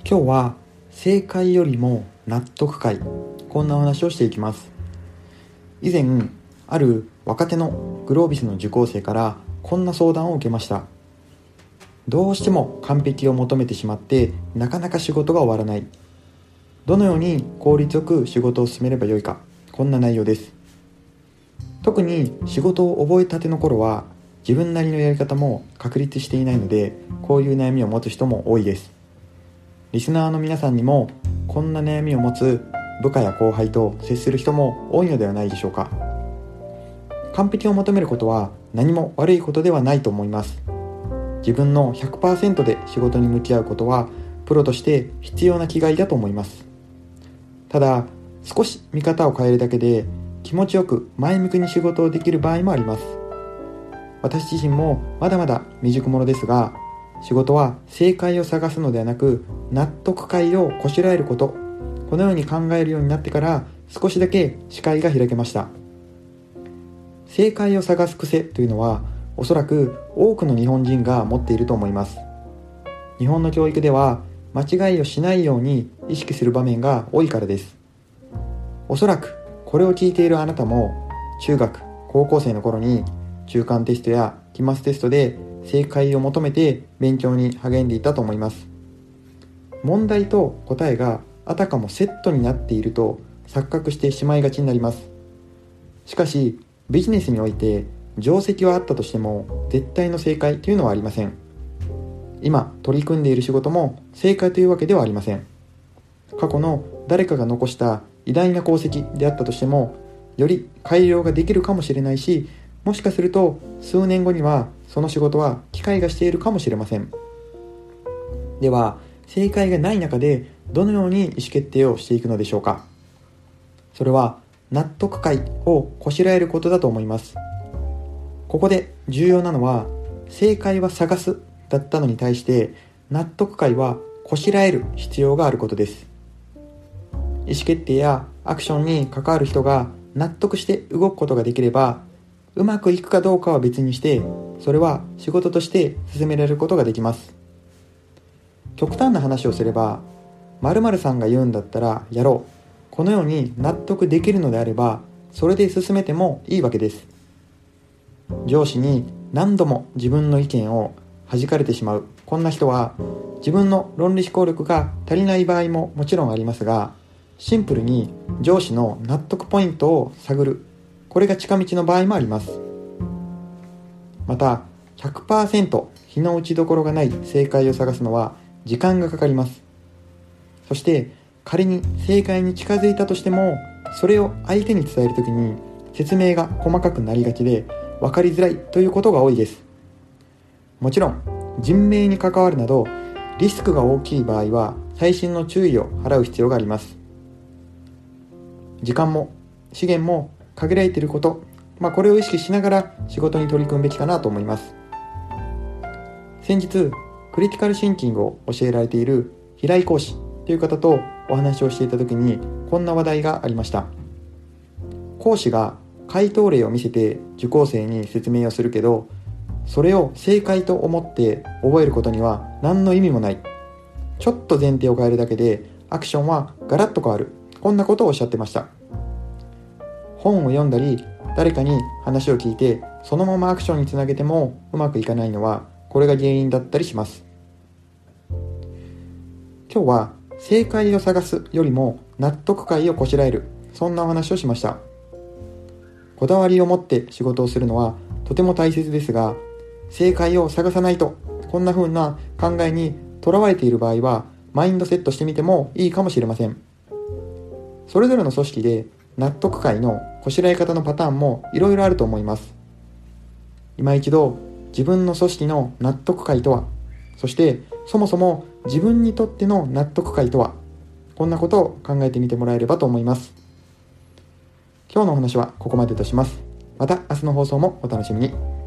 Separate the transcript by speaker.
Speaker 1: 今日は正解よりも納得解、こんなお話をしていきます。以前ある若手のグロービスの受講生からこんな相談を受けました。どうしても完璧を求めてしまってなかなか仕事が終わらない。どのように効率よく仕事を進めればよいか、こんな内容です。特に仕事を覚えたての頃は自分なりのやり方も確立していないので、こういう悩みを持つ人も多いです。リスナーの皆さんにもこんな悩みを持つ部下や後輩と接する人も多いのではないでしょうか。完璧を求めることは何も悪いことではないと思います。自分の 100% で仕事に向き合うことはプロとして必要な気概だと思います。ただ、少し見方を変えるだけで気持ちよく前向きに仕事をできる場合もあります。私自身もまだまだ未熟者ですが、仕事は正解を探すのではなく納得解をこしらえること、このように考えるようになってから少しだけ視界が開けました。正解を探す癖というのはおそらく多くの日本人が持っていると思います。日本の教育では間違いをしないように意識する場面が多いからです。おそらくこれを聞いているあなたも中学、高校生の頃に中間テストや期末テストで正解を求めて勉強に励んでいたと思います。問題と答えがあたかもセットになっていると錯覚してしまいがちになります。しかしビジネスにおいて定石はあったとしても絶対の正解というのはありません。今取り組んでいる仕事も正解というわけではありません。過去の誰かが残した偉大な功績であったとしても、より改良ができるかもしれないし、もしかすると数年後にはその仕事は機械がしているかもしれません。では正解がない中でどのように意思決定をしていくのでしょうか。それは納得解をこしらえることだと思います。ここで重要なのは、正解は探すだったのに対して納得解はこしらえる必要があることです。意思決定やアクションに関わる人が納得して動くことができれば、うまくいくかどうかは別にして、それは仕事として進められることができます。極端な話をすれば、〇〇さんが言うんだったらやろう、このように納得できるのであれば、それで進めてもいいわけです。上司に何度も自分の意見を弾かれてしまう、こんな人は自分の論理思考力が足りない場合ももちろんありますが、シンプルに上司の納得ポイントを探る、これが近道の場合もあります。また 100% 日の打ちどころがない正解を探すのは時間がかかります。そして仮に正解に近づいたとしても、それを相手に伝えるときに説明が細かくなりがちで分かりづらいということが多いです。もちろん人命に関わるなどリスクが大きい場合は細心の注意を払う必要があります。時間も資源も限られていること、これを意識しながら仕事に取り組むべきかなと思います。先日クリティカルシンキングを教えられている平井講師という方とお話をしていた時にこんな話題がありました。講師が回答例を見せて受講生に説明をするけど、それを正解と思って覚えることには何の意味もない。ちょっと前提を変えるだけでアクションはガラッと変わる、こんなことをおっしゃってました。本を読んだり誰かに話を聞いてそのままアクションにつなげてもうまくいかないのは、これが原因だったりします。今日は正解を探すよりも納得解をこしらえる、そんなお話をしました。こだわりを持って仕事をするのはとても大切ですが、正解を探さないと、こんな風な考えにとらわれている場合はマインドセットしてみてもいいかもしれません。それぞれの組織で納得解のこしらえ方のパターンもいろいろあると思います。今一度自分の組織の納得解とは、そしてそもそも自分にとっての納得解とは、こんなことを考えてみてもらえればと思います。今日のお話はここまでとします。また明日の放送もお楽しみに。